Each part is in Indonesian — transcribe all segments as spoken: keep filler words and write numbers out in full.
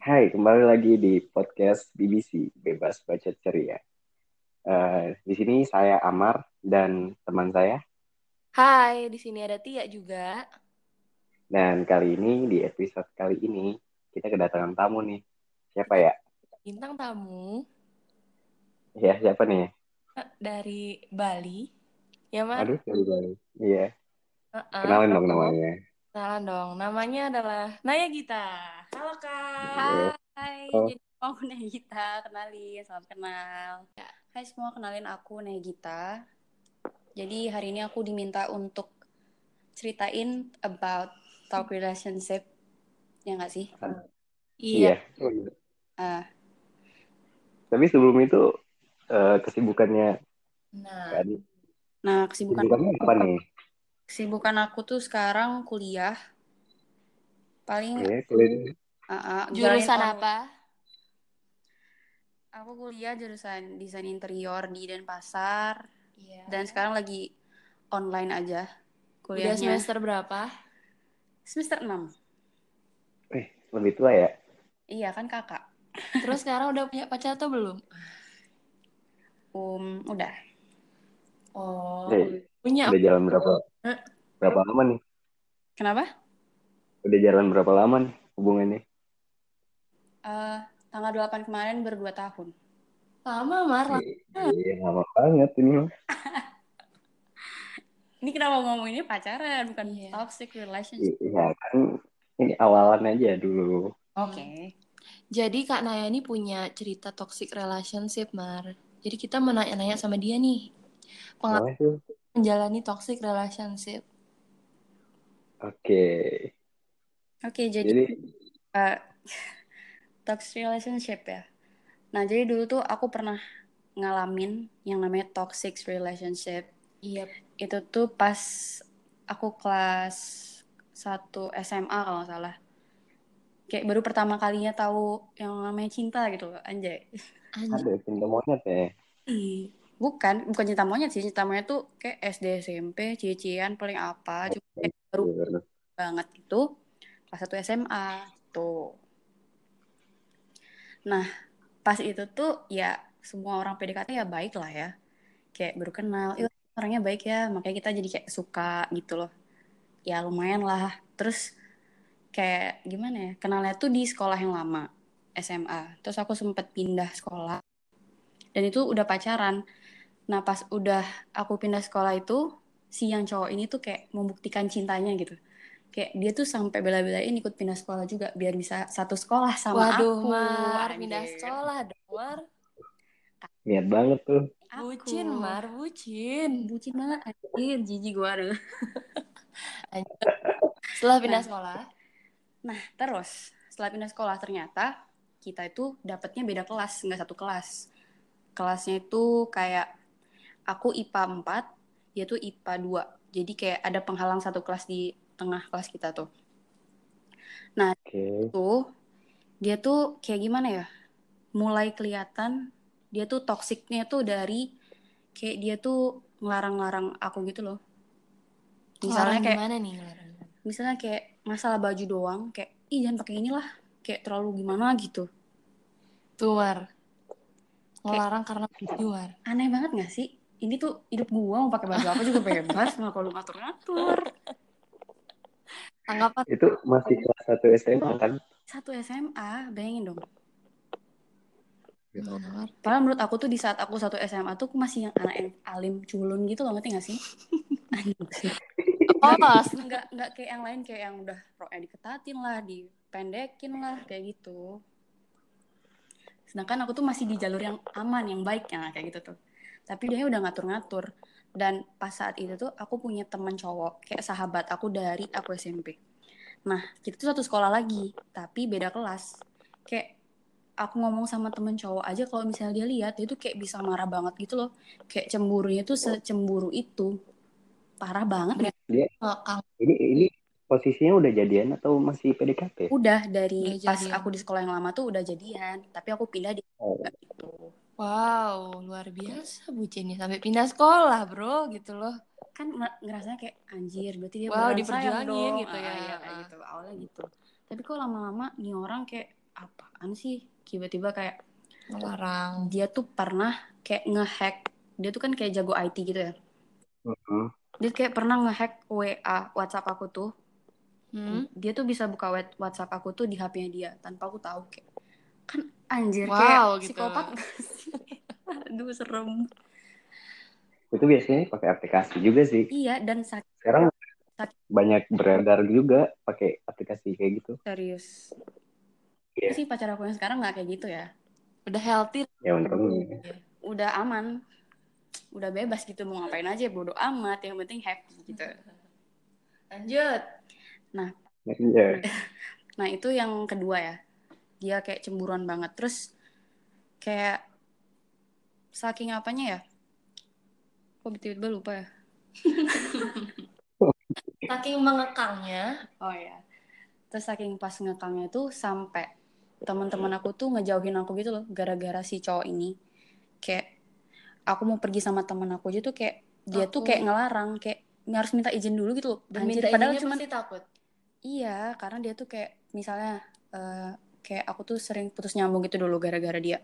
Hai, kembali lagi di podcast B B C, Bebas Bacot Ceria. Eh, di sini saya Amar dan teman saya. Hai, di sini ada Tia juga. Dan kali ini, di episode kali ini, kita kedatangan tamu nih. Siapa Kita ya? bintang tamu Ya, siapa nih? eh, dari Bali. Ya, Mar? Aduh, dari Bali. Iya, Heeh. kenalin dong namanya. Kenalan dong. Namanya adalah Naya Gita. Halo, Kak. Iya. Hai, Oh, jadi aku Negita, kenalin, salam kenal. Hai semua, kenalin aku Negita. Jadi hari ini aku diminta untuk ceritain about talk relationship, ya nggak sih? Iya. iya. Oh, iya. Ah, Tapi sebelum itu, eh, kesibukannya, Nah, kan? nah, kesibukan Kesibukannya apa nih? kesibukan aku tuh sekarang kuliah, paling Oke, kuliah. ah, ah, jalanin jurusan on. apa? Aku kuliah jurusan desain interior di Denpasar Iya. dan sekarang lagi online aja Udah kuliahnya. semester berapa? Semester enam. Eh, lebih tua ya? Iya kan kakak? Terus sekarang udah punya pacar atau belum? Um, udah. Oh, Eh, punya. udah jalan berapa, Eh, berapa lama nih? Kenapa? Udah jalan berapa lama nih hubungannya? Eh, tanggal delapan kemarin berdua tahun. Lama, Mar. Lama. Iya, lama banget ini mah. Ini kenapa ngomonginnya pacaran, bukan Iya. toxic relationship. Iya kan, ini awalan aja dulu. Oke. Jadi Kak Naya ini punya cerita toxic relationship, Mar. Jadi kita mau nanya-nanya sama dia nih. Pengalaman Boleh tuh. menjalani toxic relationship. Oke, Oke, jadi jadi eh, toxic relationship ya. Nah, jadi dulu tuh aku pernah ngalamin yang namanya toxic relationship. Iya. Itu tuh pas aku kelas satu S M A kalau nggak salah. Kayak baru pertama kalinya tahu yang namanya cinta gitu loh, anjay. Anjir. ada cinta monyet ya. Ih, bukan, bukan cinta monyet sih. Cinta monyet tuh kayak S D S M P, cici-cian paling apa. Cuma kayak baru Iya, banget gitu. Kelas satu S M A tuh. Nah, pas itu tuh ya semua orang P D K T ya baik lah ya. Kayak baru kenal, "Ih, orangnya baik ya." Makanya kita jadi kayak suka gitu loh. Ya lumayan lah. Terus kayak gimana ya? Kenalnya tuh di sekolah yang lama, S M A. Terus aku sempet pindah sekolah. Dan itu udah pacaran. Nah, pas udah aku pindah sekolah itu, si yang cowok ini tuh kayak membuktikan cintanya gitu. Kayak dia tuh sampai bela-belain ikut pindah sekolah juga biar bisa satu sekolah sama Waduh, aku. Mar, pindah Anjir. sekolah dong, Mar. niat banget tuh. Aku Bucin, Mar, bucin. bucin banget anjir, jijik gue aduh. Anjir. Setelah pindah Nah, sekolah, nah terus setelah pindah sekolah ternyata kita itu dapetnya beda kelas, nggak satu kelas. Kelasnya itu kayak aku I P A empat, dia tuh I P A dua. Jadi kayak ada penghalang satu kelas di tengah kelas kita tuh. Nah, Oke, tuh dia tuh kayak gimana ya? Mulai kelihatan dia tuh toksiknya tuh dari kayak dia tuh ngelarang-larang aku gitu loh. Misalnya ngelarang kayak gimana nih ngelarang? misalnya kayak masalah baju doang, kayak ih jangan pakai inilah, kayak terlalu gimana gitu. Tuh, Mar, Kayak ngelarang karena baju, Mar. aneh banget gak sih? Ini tuh hidup gua mau pakai baju apa juga bebas, nggak perlu ngatur-ngatur. Tanggapan itu masih kelas satu S M A kan? Satu S M A, bayangin dong. gimana, Mar? Padahal menurut aku tuh di saat aku satu S M A tuh aku masih yang anak yang alim culun gitu loh, ngerti gak sih? Anjir. Polos. Nggak nggak kayak yang lain, kayak yang udah roknya diketatin lah, dipendekin lah kayak gitu. Sedangkan aku tuh masih di jalur yang aman, yang baik ya kayak gitu tuh. Tapi dia udah ngatur-ngatur. Dan pas saat itu tuh aku punya teman cowok, kayak sahabat aku dari aku S M P. Nah, kita tuh satu sekolah lagi, tapi beda kelas. Kayak aku ngomong sama temen cowok aja kalau misalnya dia lihat, dia tuh kayak bisa marah banget gitu loh. Kayak cemburunya tuh secemburu itu. Parah banget nih. Berarti Dia ngekang. ini ini posisinya udah jadian atau masih P D K T? Udah dari Udah pas jadian. aku di sekolah yang lama tuh udah jadian, tapi aku pindah di Oh, gitu. Wow, luar biasa bucinnya sampai pindah sekolah, bro, gitu loh. Kan ngerasanya kayak anjir, berarti dia Wow, beneran sayang diperjuangin dong. gitu Ah, ya. iya kayak gitu, awalnya gitu. Tapi kok lama-lama nih orang kayak apaan sih? Tiba-tiba kayak Melarang. dia tuh pernah kayak ngehack. Dia tuh kan kayak jago I T gitu ya. Mm-mm. Dia kayak pernah ngehack W A WhatsApp aku tuh. Hmm? Dia tuh bisa buka WhatsApp aku tuh di H P-nya dia tanpa aku tahu kayak. Kan anjir Wow, kayak gitu. psikopat gak sih? Aduh serem. Itu biasanya pakai aplikasi juga sih. Iya dan sakit, Sekarang sakit banyak beredar juga pakai aplikasi kayak gitu. serius. Iya. Sih pacar aku yang sekarang nggak kayak gitu ya. Udah healthy. Ya untungnya. Udah aman, udah bebas gitu mau ngapain aja bodo amat. Yang penting happy gitu. Lanjut. Nah, Iya. nah itu yang kedua ya. Dia kayak cemburuan banget. Terus kayak saking apanya ya? Kok tiba-tiba lupa ya? Saking mengekangnya. Oh ya. Terus saking pas ngekangnya tuh sampai teman-teman aku tuh ngejauhin aku gitu loh gara-gara si cowok ini. Kayak aku mau pergi sama teman aku aja tuh kayak dia tuh kayak Takut. ngelarang kayak harus minta izin dulu gitu loh. Dan Anjir, minta padahal izinnya cuman pasti takut. iya, karena dia tuh kayak misalnya eh, kayak aku tuh sering putus nyambung gitu dulu gara-gara dia.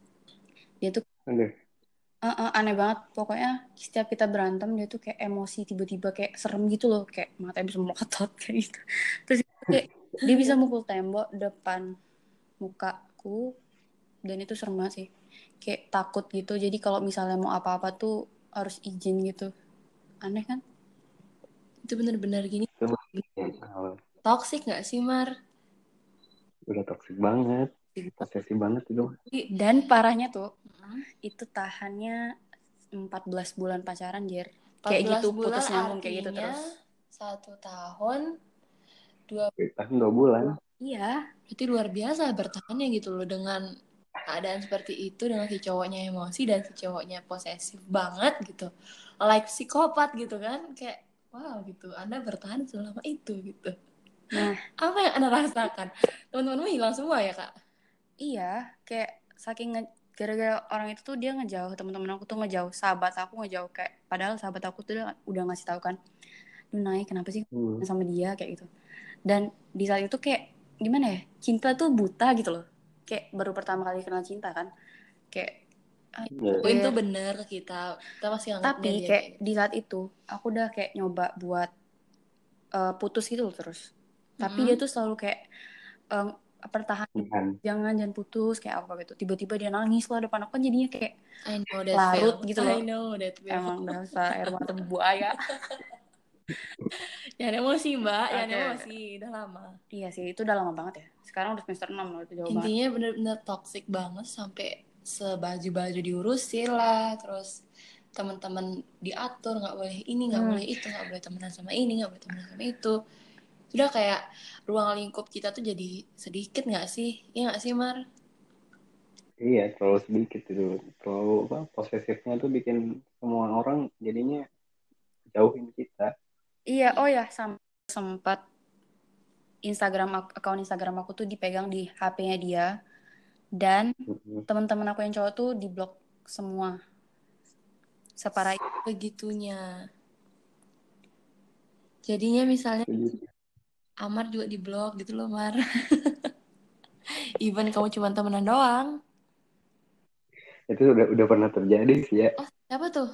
Dia tuh Aduh. eh, eh, aneh banget. Pokoknya setiap kita berantem dia tuh kayak emosi tiba-tiba kayak serem gitu loh, kayak matanya bisa melotot kayak gitu. Terus dia tuh kayak dia bisa mukul tembok depan mukaku dan itu serem banget sih. Kayak takut gitu. Jadi kalau misalnya mau apa-apa tuh harus izin gitu. Aneh kan? Itu bener-bener gini. Itu oh, Toxic gak sih, Mar? udah toksik banget. Posesif banget itu. Dan parahnya tuh Hmm. itu tahannya empat belas bulan pacaran, Jer. empat Kayak belas gitu, bulan putus nyambung kayak gitu artinya terus. satu tahun, dua Tahun dua bulan. Iya, berarti luar biasa bertahannya gitu loh dengan keadaan seperti itu, dengan si cowoknya emosi dan si cowoknya posesif banget gitu, like psikopat gitu kan, kayak wow gitu, Anda bertahan selama itu gitu. nah Apa yang Anda rasakan? Teman-temanmu hilang semua ya, Kak? iya, kayak saking nge- gara-gara orang itu tuh dia ngejauh, teman-teman aku tuh ngejauh, sahabat aku ngejauh kayak padahal sahabat aku tuh udah, udah ngasih tahu kan, "Duh, Nay, kenapa sih Hmm. sama dia?" kayak gitu. Dan di saat itu kayak gimana ya? Cinta tuh buta gitu loh. Kayak baru pertama kali kenal cinta kan. Kayak Ya. Lakuin tuh anjir. bener ke kita, kita masih anggapnya Tapi dia kayak kayak di saat itu aku udah kayak nyoba buat eh, putus gitu loh terus. Tapi dia mm-mm. tuh selalu kayak em, pertahanin, Bukan. jangan jangan putus kayak apa gitu. Tiba-tiba dia nangis lah depan aku kan jadinya kayak I know that larut feel, gitu I loh. know that feel. Emang dasar air mata buaya. Jangan emosi mbak, jangan Oke. emosi, udah lama. Iya sih, itu udah lama banget ya. Sekarang udah semester enam loh, itu jauh banget. Intinya bener-bener toxic banget sampai sebaju-baju diurusin lah, terus teman-teman diatur, nggak boleh ini, nggak Hmm. boleh itu, nggak boleh temenan sama ini, nggak boleh temenan sama itu. Sudah kayak ruang lingkup kita tuh jadi sedikit nggak sih? Iya nggak sih Mar? Iya, terlalu sedikit itu. Terlalu apa? Posesifnya tuh bikin semua orang jadinya jauhin kita. Iya, oh ya, sam- sempat Instagram ak- akun Instagram aku tuh dipegang di H P-nya dia dan Mhm. teman-teman aku yang cowok tuh diblok semua. Separah itu. Begitunya. Jadinya misalnya Setuju. Amar juga di blog gitu loh Mar. Even kamu cuma temenan doang. Itu udah udah pernah terjadi sih ya. Oh siapa tuh?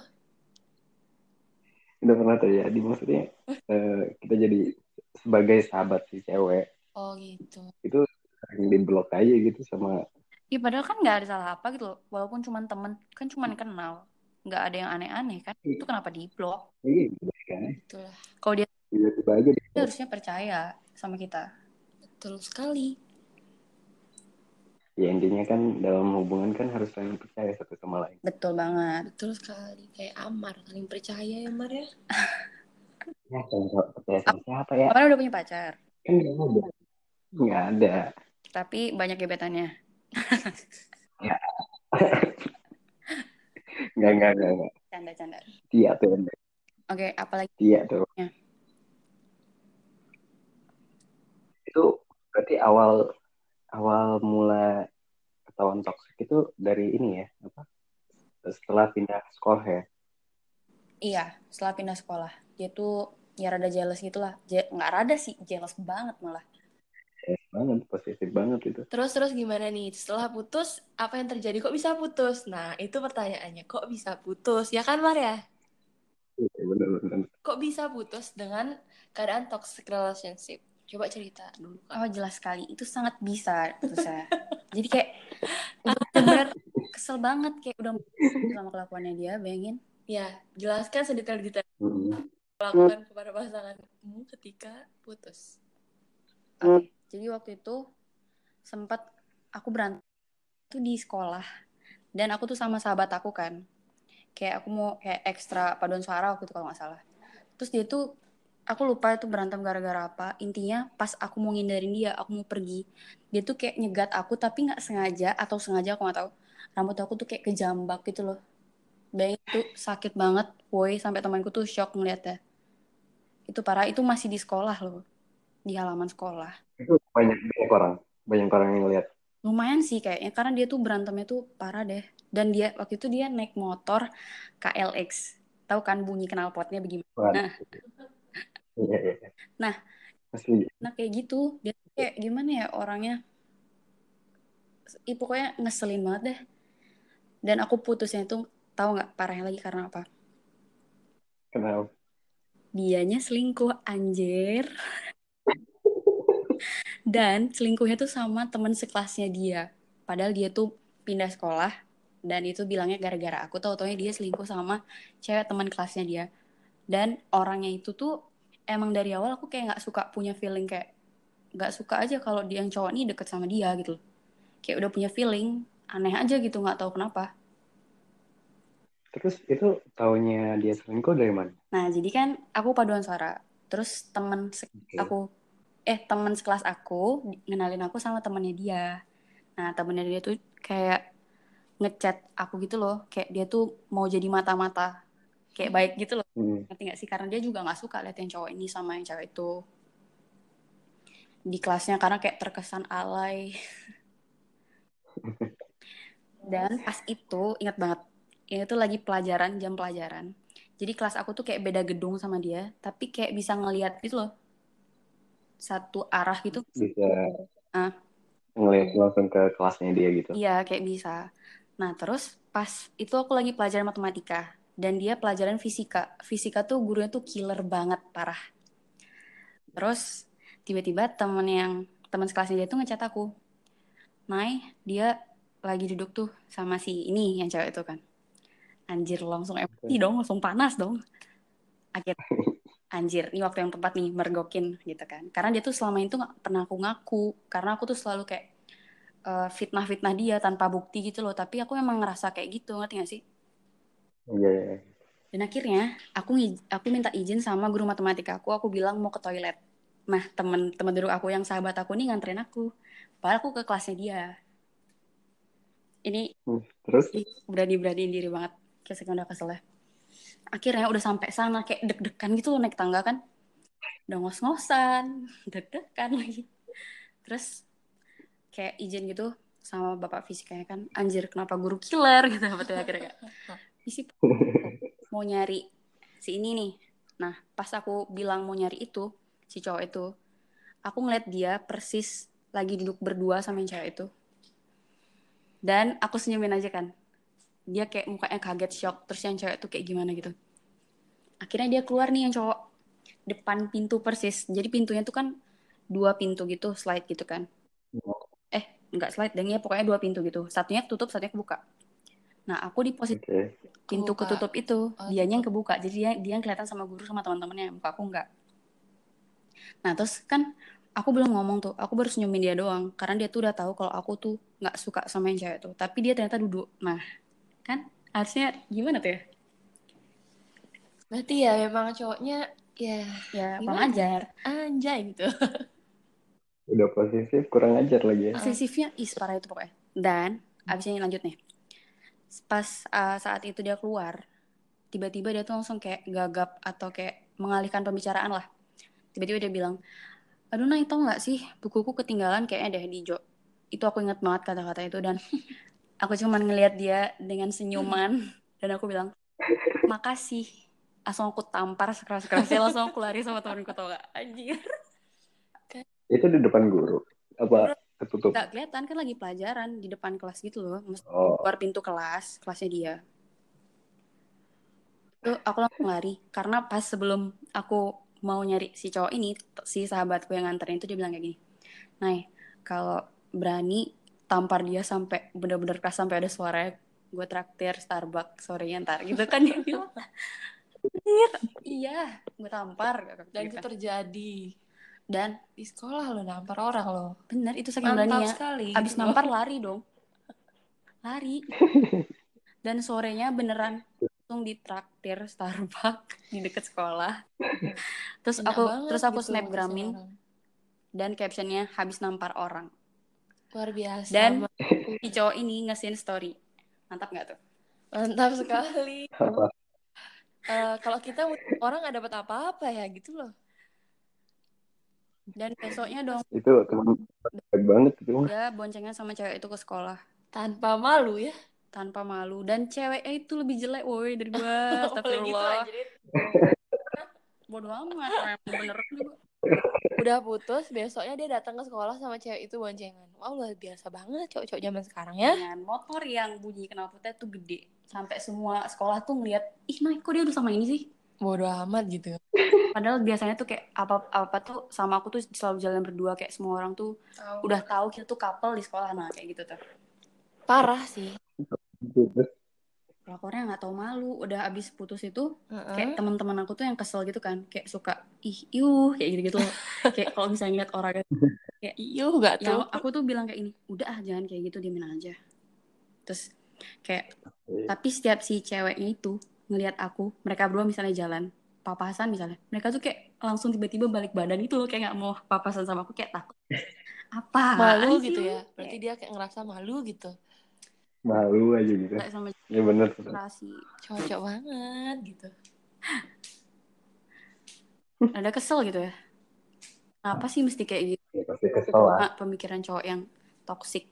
Udah pernah terjadi. Maksudnya eh, kita jadi sebagai sahabat si cewek Oh gitu. itu sering di-block aja gitu sama. Iya, padahal kan nggak ada salah apa gitu loh. Walaupun cuma temen, kan cuma kenal. Nggak ada yang aneh-aneh kan. Itu kenapa di-block? Iya, gitu kan. Itulah. Kalau dia, Tiba-tiba aja dia di-block. harusnya percaya sama kita. Betul sekali. Ya intinya kan dalam hubungan kan harus saling percaya satu sama lain. Betul banget. Betul sekali. Kayak Amar. Saling percaya ya Mar ya. Ya, saling percaya sama siapa ya? Kemarin udah punya pacar, Kan nggak ada. Nggak ada. tapi banyak gebetannya. Ya, nggak, nggak, nggak, nggak. Canda-canda. Tia tuh. Oke, apalagi Tia tuh. ya? Itu berarti awal awal mula ketahuan toksik itu dari ini ya, apa? Setelah pindah sekolah ya. Iya, setelah pindah sekolah. Dia tuh ya rada jealous gitu lah. Je- nggak rada sih, jealous banget malah. banget, posesif banget itu. Terus terus gimana nih? Setelah putus, apa yang terjadi? Kok bisa putus? Nah, itu pertanyaannya. Kok bisa putus? Ya kan, Mar ya? Iya, benar-benar. Kok bisa putus dengan keadaan toxic relationship? Coba cerita dulu, Kak. Oh, jelas sekali. Itu sangat bisa putusnya. Jadi kayak udah bener-bener kesel banget. Kayak udah sama kelakuannya dia, bayangin. Ya, jelaskan sedetail-detail Mm-mm. lakukan kepada pasanganmu ketika putus. Oke, jadi waktu itu sempat aku berantem tuh di sekolah. Dan aku tuh sama sahabat aku kan. Kayak aku mau kayak ekstra paduan suara waktu itu kalau nggak salah. Terus dia tuh, aku lupa itu berantem gara-gara apa. Intinya pas aku mau ngindarin dia, aku mau pergi. Dia tuh kayak nyegat aku tapi nggak sengaja atau sengaja aku nggak tahu. Rambut aku tuh kayak kejambak gitu loh. Bayangin itu sakit banget, woi, sampai temanku tuh shock ngeliatnya. Itu parah, itu masih di sekolah loh, di halaman sekolah. Itu banyak banyak orang, banyak orang yang lihat. Lumayan sih kayaknya, karena dia tuh berantemnya tuh parah deh. Dan dia waktu itu dia naik motor K L X. Tahu kan bunyi knalpotnya bagaimana? Wah, Nah, iya, iya. nah, Asli. nah kayak gitu. Dia tuh kayak gimana ya orangnya? Ih, pokoknya ngeselin banget deh. Dan aku putusnya itu tahu nggak parahnya lagi karena apa? Kenapa? Dianya selingkuh anjir. Dan selingkuhnya tuh sama teman sekelasnya dia. Padahal dia tuh pindah sekolah dan itu bilangnya gara-gara aku, tau-taunya dia selingkuh sama cewek teman kelasnya dia. Dan orangnya itu tuh emang dari awal aku kayak nggak suka punya feeling kayak nggak suka aja kalau dia yang cowok nih deket sama dia gitu loh. Kayak udah punya feeling aneh aja gitu, nggak tahu kenapa. Terus itu taunya dia selingkuh dari mana? Nah jadi kan aku paduan suara, terus teman se- Oke. aku eh teman sekelas aku ngenalin aku sama temannya dia. Nah temennya dia tuh kayak ngechat aku gitu loh, kayak dia tuh mau jadi mata-mata, kayak baik gitu loh. Hmm. Ngerti gak sih? Karena dia juga nggak suka lihat yang cowok ini sama yang cewek itu di kelasnya karena kayak terkesan alay. Dan pas itu ingat banget, ini tuh lagi pelajaran, jam pelajaran. Jadi kelas aku tuh kayak beda gedung sama dia, tapi kayak bisa ngelihat gitu loh, satu arah gitu. Bisa Ah, ngeliat langsung ke kelasnya dia gitu. iya kayak bisa. Nah terus pas itu aku lagi pelajaran matematika dan dia pelajaran fisika. Fisika tuh gurunya tuh killer banget, parah. Terus tiba-tiba temen yang teman sekelasnya dia tuh ngechat aku, Mai, dia lagi duduk tuh sama si ini yang cewek itu kan. Anjir, langsung emosi dong, langsung panas dong. Akhir, anjir, ini waktu yang tepat nih mergokin gitu kan. Karena dia tuh selama itu nggak pernah aku ngaku, karena aku tuh selalu kayak uh, fitnah-fitnah dia tanpa bukti gitu loh. Tapi aku emang ngerasa kayak gitu, ngerti gak sih? Iya. Yeah. Dan akhirnya aku aku minta izin sama guru matematika aku, aku bilang mau ke toilet. Nah, teman-teman duduk aku yang sahabat aku nih nganterin aku. Padahal aku ke kelasnya dia. Ini Hmm. Terus? berani-beraniin diri banget. Kayak sekarang udah kesel ya. Akhirnya udah sampai sana kayak deg-degan gitu loh naik tangga kan. Udah ngos-ngosan, deg-degan lagi. Terus kayak izin gitu sama bapak fisikanya kan. Anjir, kenapa guru killer gitu betul akhirnya kayak. Misi mau nyari si ini nih. Nah, pas aku bilang mau nyari itu, si cowok itu, aku ngeliat dia persis lagi duduk berdua sama yang cewek itu. Dan aku senyumin aja kan. Dia kayak mukanya kaget, shock. Terus yang cewek tuh kayak gimana gitu. Akhirnya dia keluar nih yang cowok. Depan pintu persis. Jadi pintunya tuh kan dua pintu gitu, slide gitu kan. Eh, enggak slide, dan ya pokoknya dua pintu gitu. Satunya tutup, satunya kebuka. Nah, aku di posisi Okay. pintu Kebuka. ketutup itu, Oh, dianya yang tutup. kebuka. Jadi dia, dia yang kelihatan sama guru sama teman-temannya, muka aku enggak. Nah, terus kan aku belum ngomong tuh, aku baru senyumin dia doang. Karena dia tuh udah tahu kalau aku tuh nggak suka sama yang cewek tuh. Tapi dia ternyata duduk. Nah, kan harusnya gimana tuh ya? Berarti ya memang cowoknya ya Ya, gimana? pengajar. Anjay gitu. Udah posesif, kurang ajar lagi ya. Posesifnya is parah itu pokoknya. Dan abisnya lanjut nih. Pas uh, saat itu dia keluar, tiba-tiba dia tuh langsung kayak gagap atau kayak mengalihkan pembicaraan lah. Tiba-tiba dia bilang, aduh Nay, tau gak sih bukuku ketinggalan kayaknya deh di Jo. Itu aku ingat banget kata-kata itu dan aku cuma ngelihat dia dengan senyuman dan aku bilang, makasih. Langsung aku tampar sekeras-kerasnya, langsung aku lari sama temanku, tau gak? Anjir. Itu di depan guru. Apa ketutup? Nggak kelihatan kan lagi pelajaran di depan kelas gitu loh. Mesti Oh, keluar pintu kelas, kelasnya dia. Itu aku langsung lari karena pas sebelum aku mau nyari si cowok ini, si sahabatku yang nganterin itu dia bilang kayak gini. Nah, kalau berani tampar dia sampai bener-bener keras sampai ada suara gue traktir Starbucks sorenya ntar gitu kan dia bilang. Iya, gue tampar Dan itu gitu. terjadi Dan di sekolah lo, nampar orang lo. bener itu saking Mantap beraninya. sekali Abis gitu nampar loh. lari dong. Lari. Dan sorenya beneran langsung ditraktir Starbucks di deket sekolah. Terus Enak aku banget terus aku gitu mutusin snapgramin orang. dan captionnya habis nampar orang. Luar biasa. Dan Ma- si cowok ini nge-send story. Mantap nggak tuh? Mantap sekali. apa? Eh, kalau kita orang nggak dapat apa-apa ya gitu loh. Dan besoknya dong Itu teman baik banget itu mah. dia boncengan sama cewek itu ke sekolah Tanpa malu ya. tanpa malu dan ceweknya itu lebih jelek woi dari gua. Boleh gitu Astagfirullah. anjir. Bodoh amat emang beneran juga. Udah putus, besoknya dia datang ke sekolah sama cewek itu boncengan. Wow, luar biasa banget cowok-cowok zaman sekarang ya. Dengan motor yang bunyi knalpotnya tuh gede sampai semua sekolah tuh ngeliat ih nah kok dia udah sama ini sih. Bodoh amat gitu. Padahal biasanya tuh kayak apa apa tuh sama aku tuh selalu jalan berdua kayak semua orang tuh Oh. udah tahu kita tuh couple di sekolah nah kayak gitu tuh. Parah sih. Pelakornya nggak tahu malu udah abis putus itu Uh-uh. kayak teman-teman aku tuh yang kesel gitu kan kayak suka ih iuh kayak gitu gitu loh. Kayak kalau misalnya ngeliat orang kayak Iuh nggak yang tuh? aku tuh bilang kayak ini udah ah jangan kayak gitu diemin aja terus kayak tapi setiap si ceweknya itu ngelihat aku mereka berdua misalnya jalan papasan misalnya mereka tuh kayak langsung tiba-tiba balik badan itu loh kayak nggak mau papasan sama aku kayak takut apa Malu gitu ya. Berarti dia kayak ngerasa malu gitu. Malu aja gitu. kayak sama Ya bener. generasi Cocok banget gitu. ada kesel gitu ya apa sih mesti kayak gitu Ya pasti kesel lah. nah, pemikiran cowok yang toksik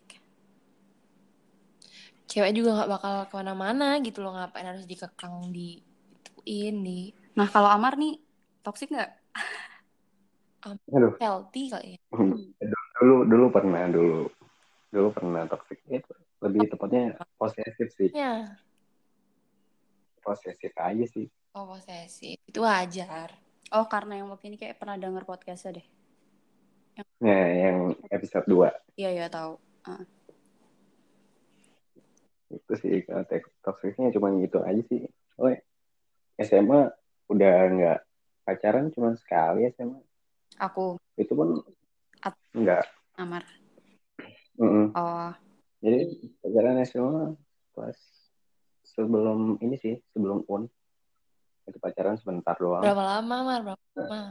Cewek juga nggak bakal kemana-mana gitu loh, ngapain harus dikekang di ituin di nah kalau Amar nih toksik nggak Aduh. healthy kali ya. Dulu dulu pernah dulu dulu pernah toxic itu lebih tepatnya posesif sih. Ya, Posesif aja sih. oh posesif itu wajar. oh karena yang waktu ini kayak pernah denger podcastnya deh Nah, yang episode dua iya iya tahu uh. itu sih kalau toksiknya cuma gitu aja sih. Oh, S M A udah nggak pacaran cuma sekali S M A. Aku Itu pun At- nggak. Amar Mm-mm. oh Jadi pacaran S M A pas sebelum ini sih sebelum U N itu pacaran sebentar doang. Berapa lama Mar? Berapa lama?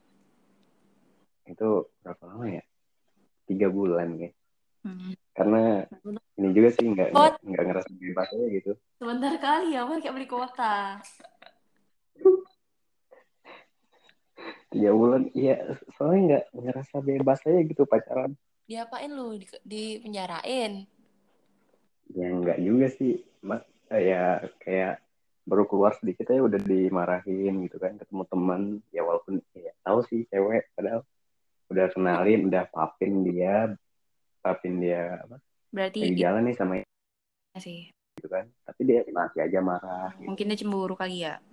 Itu berapa lama ya? Tiga bulan ya. hmm. Karena ini juga sih nggak nggak nggak ngerasa bebas aja gitu. Sebentar kali ya Mar, kayak beli kuota. Tiga bulan, iya soalnya nggak ngerasa bebas aja gitu pacaran. Diapain lu? Di, di penjarain? Ya nggak juga sih, Mas. Ya kayak baru keluar sedikit aja udah dimarahin gitu kan, ketemu teman. Ya walaupun ya tahu sih cewek, padahal udah kenalin, udah papin dia, papin dia apa? Berarti Lagi jalan nih sama sih gitu kan. Tapi dia masih aja marah gitu. mungkin dia cemburu kali ya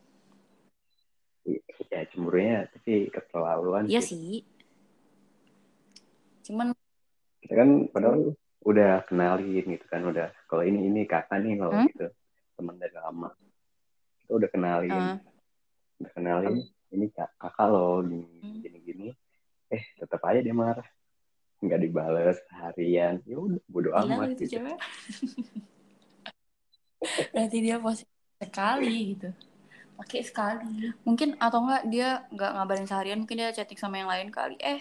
Ya cemburunya tapi keterlaluan iya sih. sih cuman Kita kan padahal udah kenalin gitu kan, udah kalau ini ini kakak nih kalau hmm? gitu, teman dari lama. Kita udah kenalin, uh. udah kenalin ini kak, kakak loh gini Hmm. gini gini. Eh tetap aja dia marah, nggak dibales harian. Ya udah bodo Gila amat itu gitu. cewek Berarti dia positif sekali gitu. Pakai sekali. mungkin atau enggak dia nggak ngabarin seharian mungkin dia chatting sama yang lain kali eh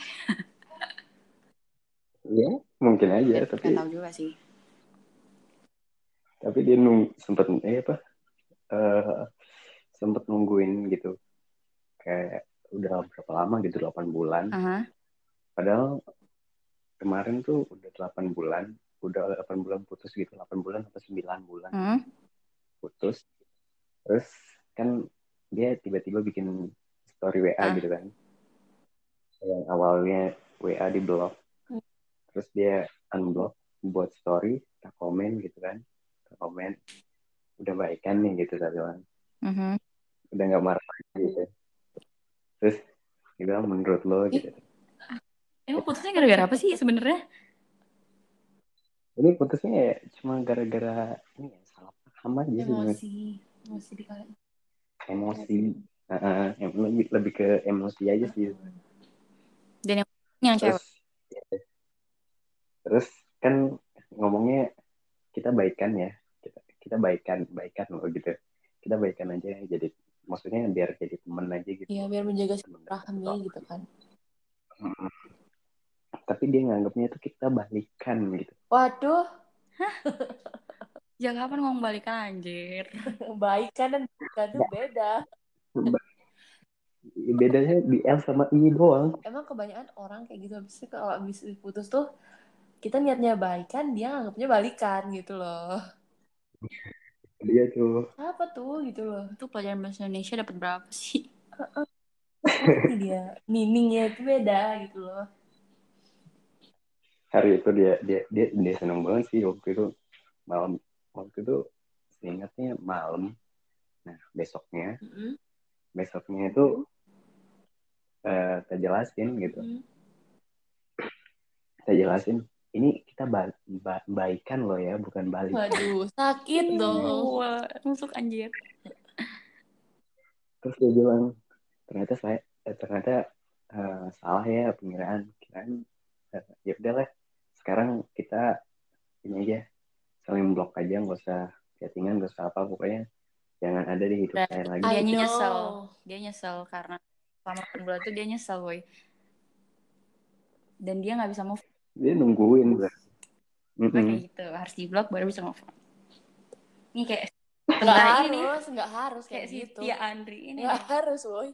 Ya mungkin aja, nggak tapi tahu juga sih tapi dia nung sempet eh apa uh, sempet nungguin gitu, kayak udah berapa lama gitu, delapan bulan. uh-huh. Padahal kemarin tuh udah delapan bulan, udah delapan bulan putus gitu, delapan bulan atau sembilan bulan hmm? putus. Terus kan dia tiba-tiba bikin story W A uh. gitu kan, yang awalnya W A di blok, terus dia unblock, buat story, kita komen gitu kan, kita komen udah baikan nih gitu saya bilang, Mhm. udah nggak marah lagi gitu. Terus dia bilang menurut lo gitu. Emang putusnya gara-gara apa sih sebenarnya? Ini putusnya ya cuma gara-gara ini ya, salah paham aja sih. Emosi, emosi dikali. Emosi, uh, lebih lebih ke emosi aja sih. Dan yang yang Terus cewek. terus kan ngomongnya kita baikan ya, kita kita baikan baikan loh gitu, kita baikan aja jadi maksudnya biar jadi teman aja gitu. Iya, biar menjaga Temen dekat silaturahmi atau- gitu kan. Mm-mm. Tapi dia nganggapnya tuh kita balikan gitu. Waduh, Ya kapan ngomong balikan anjir. baikan dan balikan tuh beda. Bedanya di L sama I doang. Emang kebanyakan orang kayak gitu, habis itu kalau habis putus tuh kita niatnya baikan, dia nganggapnya balikan gitu loh. Dia tuh Apa tuh gitu loh. Itu pelajaran bahasa Indonesia dapat berapa sih? Ini dia meaningnya itu beda gitu loh. hari itu dia dia dia dia seneng banget sih waktu itu malam, waktu itu ingatnya malam. Nah besoknya Mm-hmm. besoknya itu uh, saya jelasin gitu, Mm-hmm. saya jelasin ini kita ba- ba- baikan loh ya, bukan balik. Waduh, sakit dong. Wah, masuk anjir. Terus dia bilang ternyata saya eh, ternyata uh, salah ya pengiraan, kirain uh, ya udahlah sekarang kita ini aja saling blok aja, nggak usah chattingan, nggak usah apa, pokoknya jangan ada di hidup Dan saya lagi. dia I know. nyesel, dia nyesel karena selama delapan bulan itu dia nyesel, boy. Dan dia nggak bisa move. Dia nungguin Nah, mm-mm. kayak gitu harus di blok baru bisa move. Ini kayak Nggak sebelah ini, harus, nggak harus kayak, kayak si gitu. Tia Andri ini. Nggak nih. harus, woy.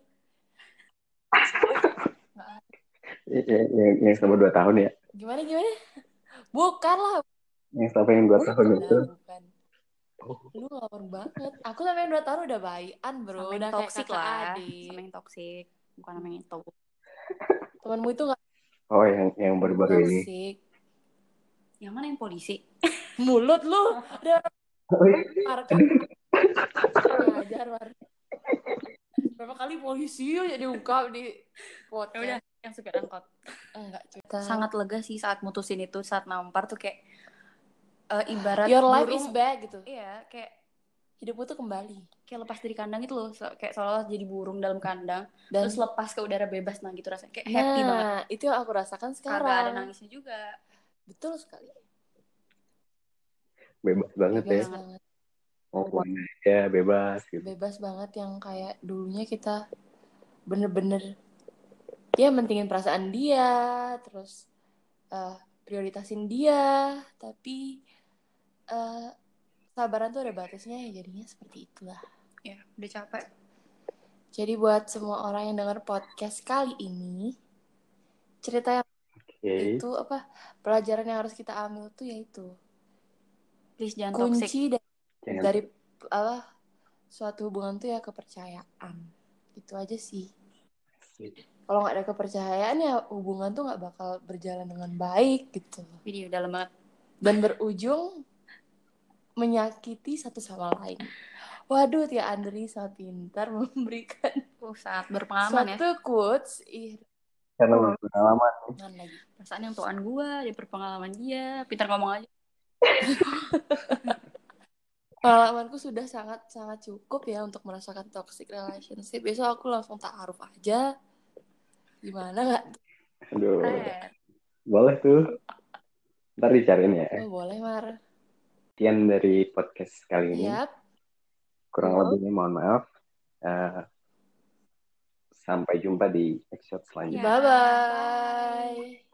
Nggak harus. yang, yang, yang selama dua tahun ya, Gimana gimana? Bukan lah. yang selama yang dua tahun Bukan itu lah, bukan. Lu ngawur banget. Aku sama yang dua tahun udah baikan, bro. Sama Udah yang kayak toksik kakak lah, adik. sama yang toksik, bukan sama yang itu. Temanmu itu nggak oh yang yang baru-baru ini. toksik. Yang mana yang polisi? Mulut lu. Udah Oh, iya. marka. Ngajar, Mar. Berapa kali polisi aja diungkap di Ya podcast. udah, yang supir angkot. Enggak, cerita. Sangat lega sih saat mutusin itu, saat nampar tuh kayak uh, ibarat Your life burung, is back gitu. iya, kayak Hidupmu tuh kembali. kayak lepas dari kandang itu loh, so- kayak seolah jadi burung dalam kandang, Dan terus lepas ke udara bebas, nah gitu rasanya, kayak happy banget. nah, itu yang aku rasakan sekarang. Kagak ada nangisnya juga. Betul sekali. Bebas banget Bebas ya, banget. mau kemana aja bebas gitu. Bebas banget yang kayak dulunya kita bener-bener ya mentingin perasaan dia, terus uh, prioritasin dia, tapi uh, sabaran tuh ada batasnya ya, jadinya seperti itulah. Ya, udah capek. Jadi buat semua orang yang dengar podcast kali ini, cerita yang Okay. itu apa pelajaran yang harus kita ambil tuh yaitu Please jangan kunci toxic. dari, Jangan dari apa suatu hubungan tuh ya kepercayaan. Itu aja sih. Kalau nggak ada kepercayaan ya hubungan tuh nggak bakal berjalan dengan baik gitu. Video dalam banget. Dan berujung menyakiti satu sama lain. Waduh, Tia Andri sangat pintar memberikan uh, saat berpengalaman suatu ya. quotes. Ih, karena pengalaman. lagi. Perasaan yang tuan gue, dia berpengalaman dia, pintar ngomong aja. Pengalamanku sudah sangat-sangat cukup ya untuk merasakan toxic relationship. Besok aku langsung ta'aruf aja. Gimana nggak? Aduh, Red. boleh tuh. Ntar dicariin ya. Oh, boleh, Mar. Sekian dari podcast kali ini. Yap. Kurang lebihnya mohon maaf. Uh, sampai jumpa di episode selanjutnya. Ya. Bye-bye.